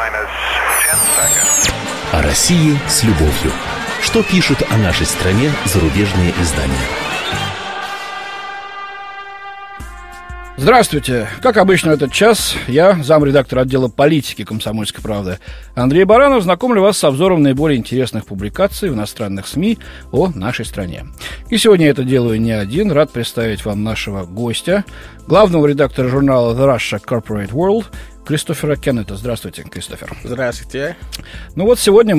О России с любовью. Что пишут о нашей стране зарубежные издания? Здравствуйте. Как обычно в этот час, я, замредактор отдела политики «Комсомольской правды» Андрей Баранов, знакомлю вас с обзором наиболее интересных публикаций в иностранных СМИ о нашей стране. И сегодня я это делаю не один. Рад представить вам нашего гостя, главного редактора журнала The Russia Corporate World Кристофера Кеннета. Здравствуйте, Кристофер. Здравствуйте. Ну вот сегодня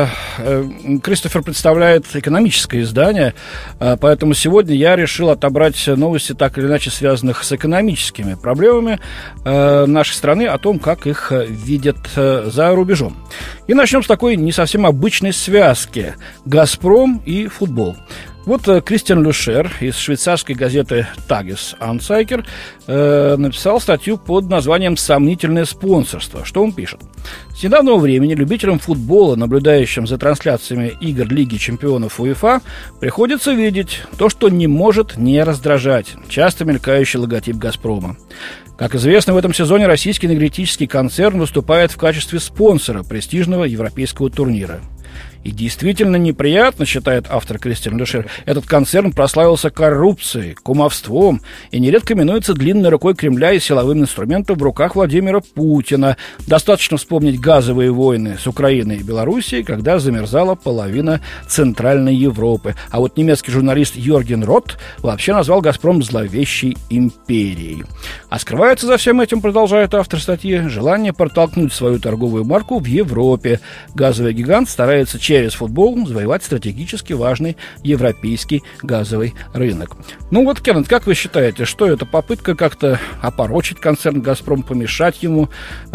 Кристофер представляет экономическое издание, поэтому сегодня я решил отобрать новости, так или иначе связанных с экономическими проблемами нашей страны, о том, как их видят за рубежом. И начнем с такой не совсем обычной связки: «Газпром» и футбол. Вот Кристиан Люшер из швейцарской газеты «Тагес Анцайкер» написал статью под названием «Сомнительное спонсорство». Что он пишет? С недавнего времени любителям футбола, наблюдающим за трансляциями игр Лиги чемпионов УЕФА, приходится видеть то, что не может не раздражать: часто мелькающий логотип «Газпрома». Как известно, в этом сезоне российский энергетический концерн выступает в качестве спонсора престижного европейского турнира. И действительно неприятно, считает автор Кристиан Люшер, этот концерн прославился коррупцией, кумовством и нередко именуется длинной рукой Кремля и силовым инструментом в руках Владимира Путина. Достаточно вспомнить газовые войны с Украиной и Белоруссией, когда замерзала половина Центральной Европы. А вот немецкий журналист Йорген Рот вообще назвал «Газпром» зловещей империей. А скрывается за всем этим, продолжает автор статьи, желание протолкнуть свою торговую марку в Европе. Газовый гигант старается через футбол завоевать стратегически важный европейский газовый рынок. Ну вот, Кеннет, как вы считаете, что это попытка как-то опорочить концерн «Газпром», помешать ему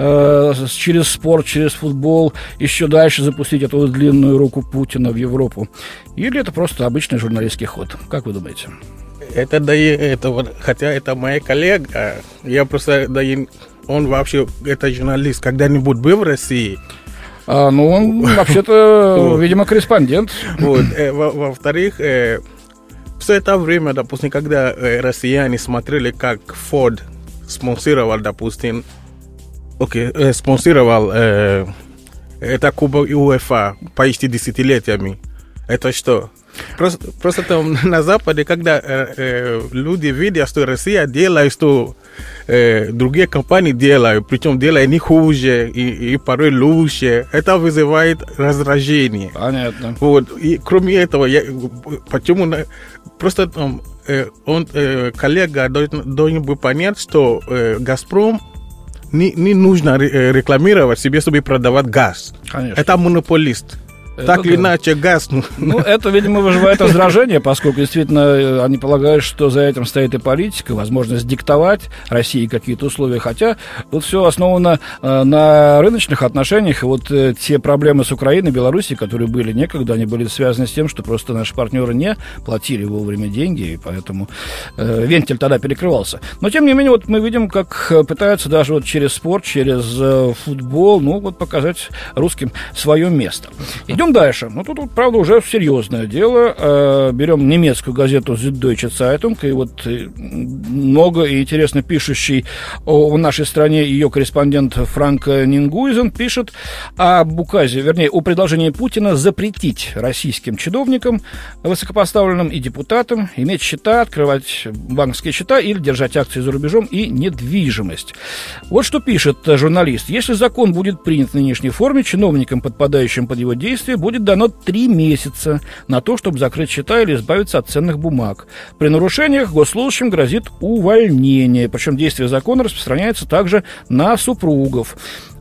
через спорт, через футбол еще дальше запустить эту длинную руку Путина в Европу? Или это просто обычный журналистский ход? Как вы думаете? Хотя это моя коллега, я просто, он вообще, это журналист, когда-нибудь был в России? Он вообще-то, видимо, корреспондент. Во-вторых, все это время, допустим, когда россияне смотрели, как Ford спонсировал, допустим, это Кубок УЕФА почти десятилетиями. Это что? Просто там на Западе, когда люди видят, что Россия делает, что другие компании делают, причем делают не хуже и порой лучше, это вызывает раздражение. Понятно. И кроме этого, просто коллега должен был понять, что «Газпром» не нужно рекламировать себе, чтобы продавать газ. Конечно. Это монополист. Так или иначе, газ. Это, видимо, вызывает раздражение, поскольку действительно они полагают, что за этим стоит и политика, возможность диктовать России какие-то условия. Хотя тут все основано на рыночных отношениях. И вот те проблемы с Украиной, Белоруссией, которые были некогда, они были связаны с тем, что просто наши партнеры не платили вовремя деньги, и поэтому вентиль тогда перекрывался. Но, тем не менее, вот мы видим, как пытаются даже вот через спорт, через футбол, показать русским свое место. Идем дальше. Тут, правда, уже серьезное дело. Берем немецкую газету Süddeutsche Zeitung, и вот много и интересно пишущий о нашей стране ее корреспондент Франк Нингуизен пишет об указе, вернее, о предложении Путина запретить российским чиновникам, высокопоставленным и депутатам иметь счета, открывать банковские счета или держать акции за рубежом и недвижимость. Вот что пишет журналист. Если закон будет принят в нынешней форме, чиновникам, подпадающим под его действие, будет дано 3 месяца на то, чтобы закрыть счета или избавиться от ценных бумаг. При нарушениях госслужащим грозит увольнение. Причем действие закона распространяется также на супругов.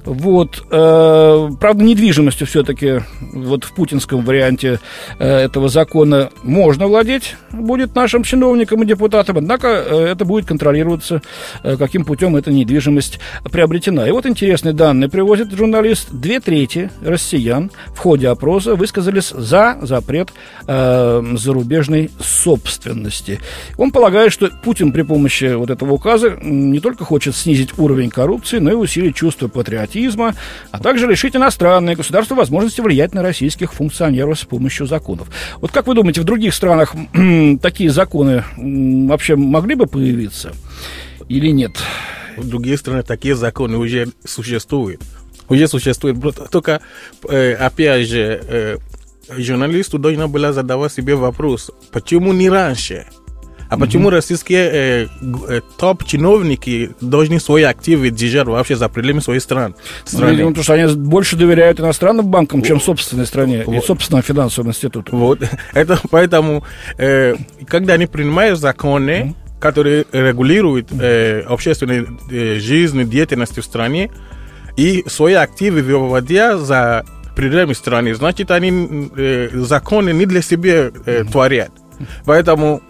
Правда, недвижимостью все-таки в путинском варианте этого закона можно владеть будет нашим чиновникам и депутатам, однако это будет контролироваться, каким путем эта недвижимость приобретена. И вот интересные данные приводит журналист. 2/3 россиян в ходе опроса высказались за запрет зарубежной собственности. Он полагает, что Путин при помощи этого указа не только хочет снизить уровень коррупции, но и усилить чувство патриотизма, а также лишить иностранные государства возможности влиять на российских функционеров с помощью законов. Вот как вы думаете, в других странах такие законы вообще могли бы появиться или нет? В других странах такие законы уже существуют. уже существует. Только, опять же, журналисту должна была задавать себе вопрос, почему не раньше? А почему российские топ-чиновники должны свои активы держать вообще за пределами своей страны? Видимо, потому что они больше доверяют иностранным банкам, чем собственной стране и собственному финансовому институту. Вот. Это поэтому, когда они принимают законы, которые регулируют общественную жизнь, деятельность в стране, и свои активы выводя за пределами страны, значит, они законы не для себя творят. Поэтому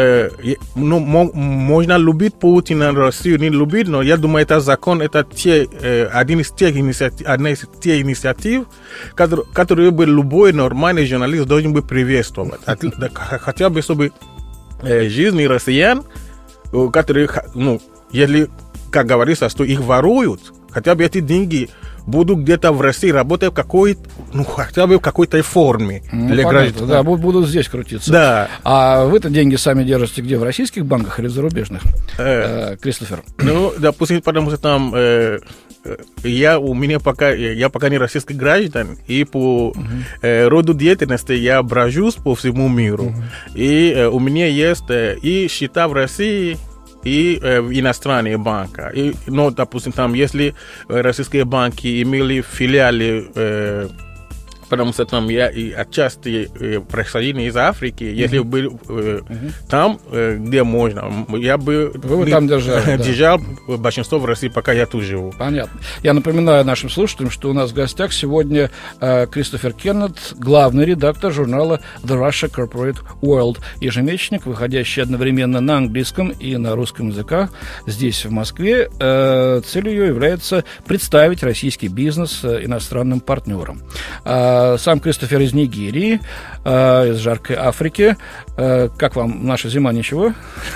можно любить Путина, Россию, не любить, но я думаю, этот закон, это одна из тех инициатив, которые бы любой нормальный журналист должен бы приветствовать. Хотя бы, чтобы жизни россиян, которые, если, как говорится, что их воруют, хотя бы эти деньги будут где-то в России работать хотя бы в какой-то форме для граждан. Да, будут здесь крутиться. Да. А вы-то деньги сами держите где? В российских банках или зарубежных? Кристофер. Допустим, потому что там я пока не российский граждан, и по роду деятельности я брожусь по всему миру. И у меня есть и счета в России, и иностранные банки. Допустим, там, если российские банки имели филиалы, потому что там я и отчасти происхождение из Африки, если был там, где можно, я бы там держал большинство в России, пока я тут живу. Понятно. Я напоминаю нашим слушателям, что у нас в гостях сегодня Кристофер Кеннет, главный редактор журнала The Russia Corporate World, ежемесячник, выходящий одновременно на английском и на русском языках здесь, в Москве. Целью ее является представить российский бизнес иностранным партнерам. Сам Кристофер из Нигерии, из жаркой Африки. Как вам наша зима? Ничего?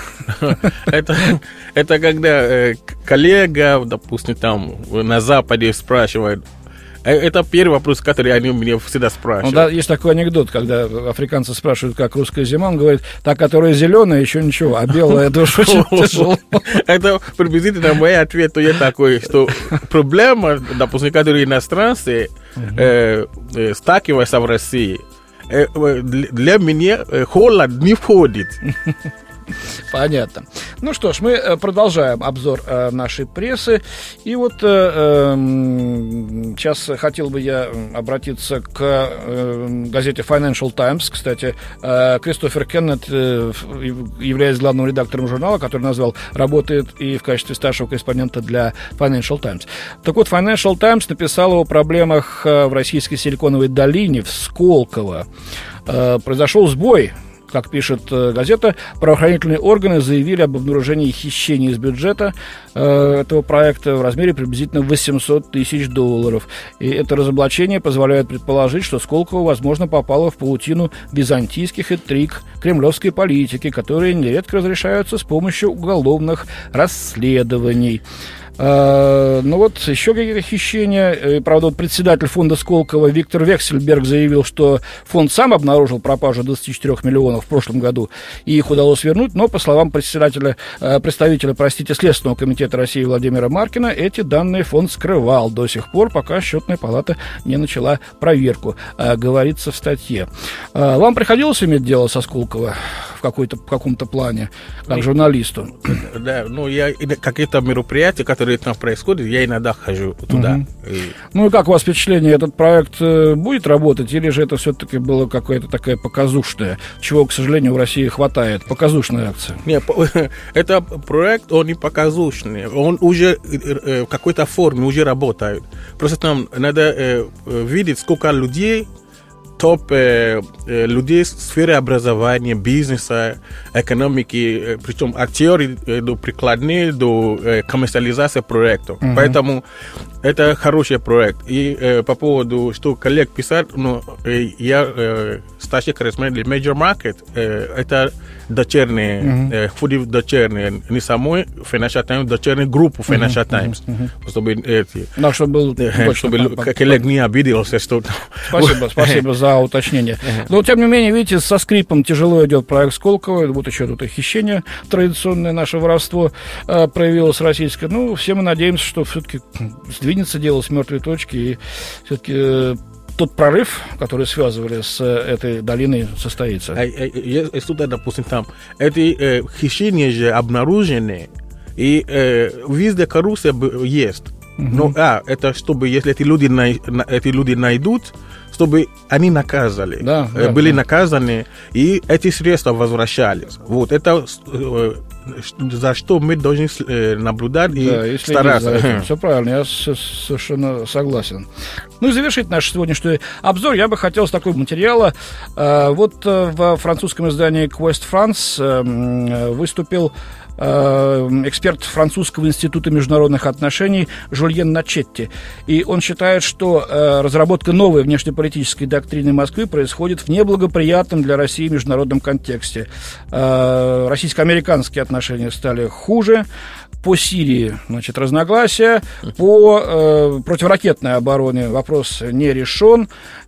Это когда коллега, допустим, там на Западе спрашивает. Это первый вопрос, который они меня всегда спрашивают. Да, есть такой анекдот, когда африканцы спрашивают, как русская зима, он говорит, та, которая зеленая, еще ничего, а белая, это уж очень тяжело. Это приблизительно мой ответ, то я такой, что проблема, допустим, которые иностранцы сталкиваются в России, для меня холод не входит. Понятно. Ну что ж, мы продолжаем обзор нашей прессы. И вот сейчас хотел бы я обратиться к газете Financial Times. Кстати, Кристофер Кеннет, являясь главным редактором журнала, который назвал, работает и в качестве старшего корреспондента для Financial Times. Так вот, Financial Times написал о проблемах в российской Силиконовой долине, в Сколково. Произошел сбой. Как пишет газета, правоохранительные органы заявили об обнаружении хищений из бюджета этого проекта в размере приблизительно $800 тысяч. И это разоблачение позволяет предположить, что Сколково, возможно, попало в паутину византийских интриг кремлевской политики, которые нередко разрешаются с помощью уголовных расследований. Ну вот, еще какие-то хищения. Правда, вот председатель фонда Сколково Виктор Вексельберг заявил, что фонд сам обнаружил пропажу 24 миллионов в прошлом году, и их удалось вернуть, но, по словам представителя Следственного комитета России Владимира Маркина, эти данные фонд скрывал до сих пор, пока Счетная палата не начала проверку, говорится в статье. Вам приходилось иметь дело со Сколково в каком-то плане, как журналисту? Да, какие-то мероприятия, которые там происходят, я иногда хожу туда. Ну и как у вас впечатление, этот проект будет работать, или же это все-таки было какая-то такая показушная, чего, к сожалению, в России хватает, показушная акция? Нет, это проект, он не показушный, он уже в какой-то форме уже работает. Просто там надо видеть, сколько людей, топ людей в сфере образования, бизнеса, экономики, причем от теории до прикладной, до коммерциализации проектов. Поэтому это хороший проект. И по поводу, что коллег писал, я старший корреспондент Major Market. Это дочерние, входит дочерние, не самой Financial Times, дочерние группы Financial Times. Чтобы эти... Да, чтобы был... Чтобы коллег не обиделся, что... Спасибо за уточнение. Но, тем не менее, видите, со скрипом тяжело идет проект Сколково. Вот еще тут и хищение, традиционное наше воровство проявилось российское. Ну, все мы надеемся, что все-таки сдвинется дело с мертвой точки, и все-таки тот прорыв, который связывали с этой долиной, состоится. Если, допустим, там эти хищения же обнаружены, и везде коррупция есть. Но это чтобы, если эти люди найдут, чтобы они наказали, были наказаны, и эти средства возвращались. Вот это за что мы должны наблюдать и стараться. Все правильно, я совершенно согласен. Ну и завершить наш сегодняшний обзор я бы хотел с такого материала. Вот в французском издании Quest France выступил эксперт Французского института международных отношений Жульен Начетти. И он считает, что разработка новой внешнеполитической доктрины Москвы происходит в неблагоприятном для России международном контексте. Российско-американские отношения стали хуже. По Сирии, значит, разногласия. По противоракетной обороне вопрос не решен.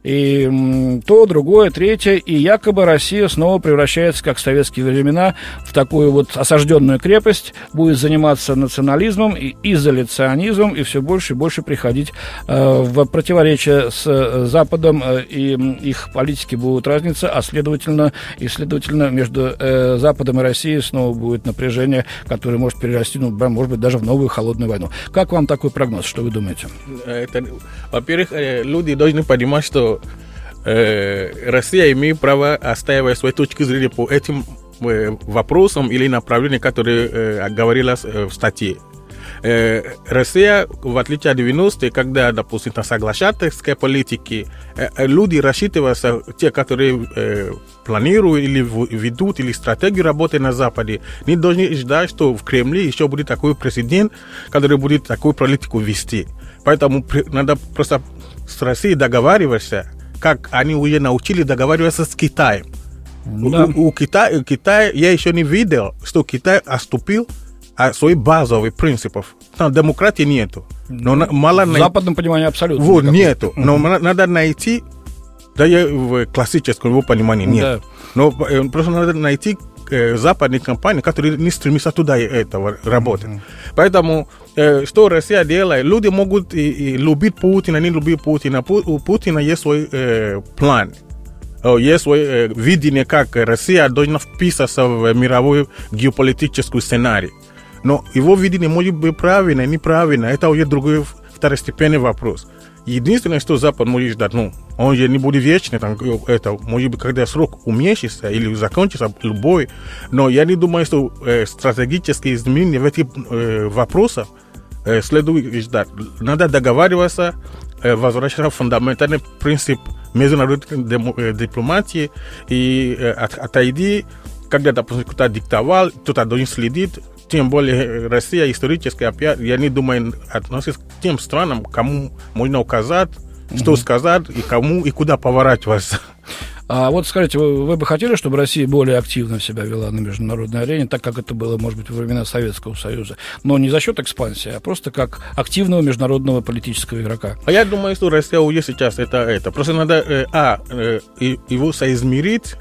И то, другое, третье. И якобы Россия снова превращается, как в советские времена, в такую вот осажденную крепость, будет заниматься национализмом и изоляционизмом, и все больше и больше приходить в противоречие с Западом, и их политики будут разниться, а следовательно между Западом и Россией снова будет напряжение, которое может перерасти, может быть, даже в новую холодную войну. Как вам такой прогноз? Что вы думаете? Во-первых, люди должны понимать, что Россия имеет право отстаивать свои точки зрения по этим вопросам или направлениям, которые говорилось в статье. Россия, в отличие от 90-х, когда, допустим, на соглашательской политике, люди рассчитываются, те, которые планируют или ведут, или стратегию работы на Западе, не должны ждать, что в Кремле еще будет такой президент, который будет такую политику вести. Поэтому надо просто с Россией договариваться, как они уже научились договариваться с Китаем. Да. У Китая я еще не видел, что Китай отступил от своих базовых принципов. Там демократии нету. Но мало в западном понимании абсолютно. Вот, нету. Но надо найти, да и в классическом его понимании нет. Да. Но просто надо найти западные компании, которые не стремятся туда этого работать. Поэтому, что Россия делает, люди могут и любить Путина, не любить Путина. У Путина есть свой план. Есть свое видение, как Россия должна вписаться в мировой геополитический сценарий. Но его видение может быть правильно, неправильно. Это уже другой второстепенный вопрос. Единственное, что Запад может ждать, он же не будет вечно, это может быть, когда срок уменьшится или закончится любой. Но я не думаю, что стратегические изменения в этих вопросах следует ждать. Надо договариваться, возвращаться в фундаментальный принцип международной дипломатии и отойти, когда, допустим, кто-то диктовал, кто-то должен следить. Тем более Россия исторически, опять, я не думаю, относится к тем странам, кому можно указать, что сказать, и кому, и куда поворачиваться. А вот скажите, вы бы хотели, чтобы Россия более активно себя вела на международной арене, так как это было, может быть, во времена Советского Союза, но не за счет экспансии, а просто как активного международного политического игрока? А я думаю, что Россия уже сейчас это. Просто надо его соизмерить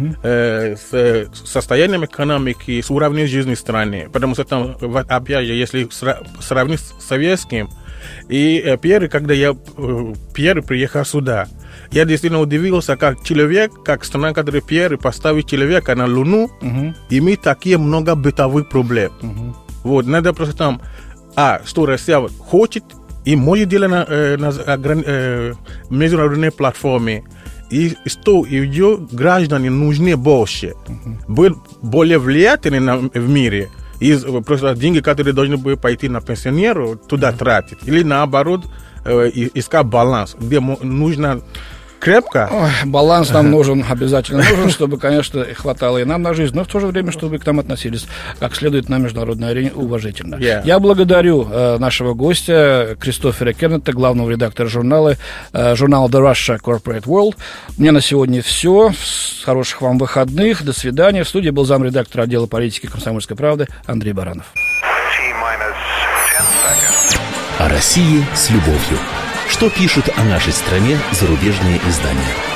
с состоянием экономики, с уровнем жизни страны. Потому что там, опять же, если сравнить с советским, и когда я приехал сюда, я действительно удивился, как человек, как страна, которая первый поставит человека на Луну, имеет такие много бытовых проблем. Вот, надо просто там, что Россия хочет и может делать на международной платформе, и что ее граждане нужны больше, быть более влиятельны в мире, и просто деньги, которые должны были пойти на пенсионеров, туда тратить, или наоборот, искать баланс, где нужно крепко. Ой, баланс нам нужен, обязательно нужен, чтобы, конечно, хватало и нам на жизнь, но в то же время, чтобы к нам относились как следует на международной арене уважительно. Я благодарю нашего гостя Кристофера Кернета, главного редактора журнала The Russia Corporate World. У меня на сегодня все. Хороших вам выходных. До свидания. В студии был замредактор отдела политики «Комсомольской правды» Андрей Баранов. О России с любовью. Что пишут о нашей стране зарубежные издания?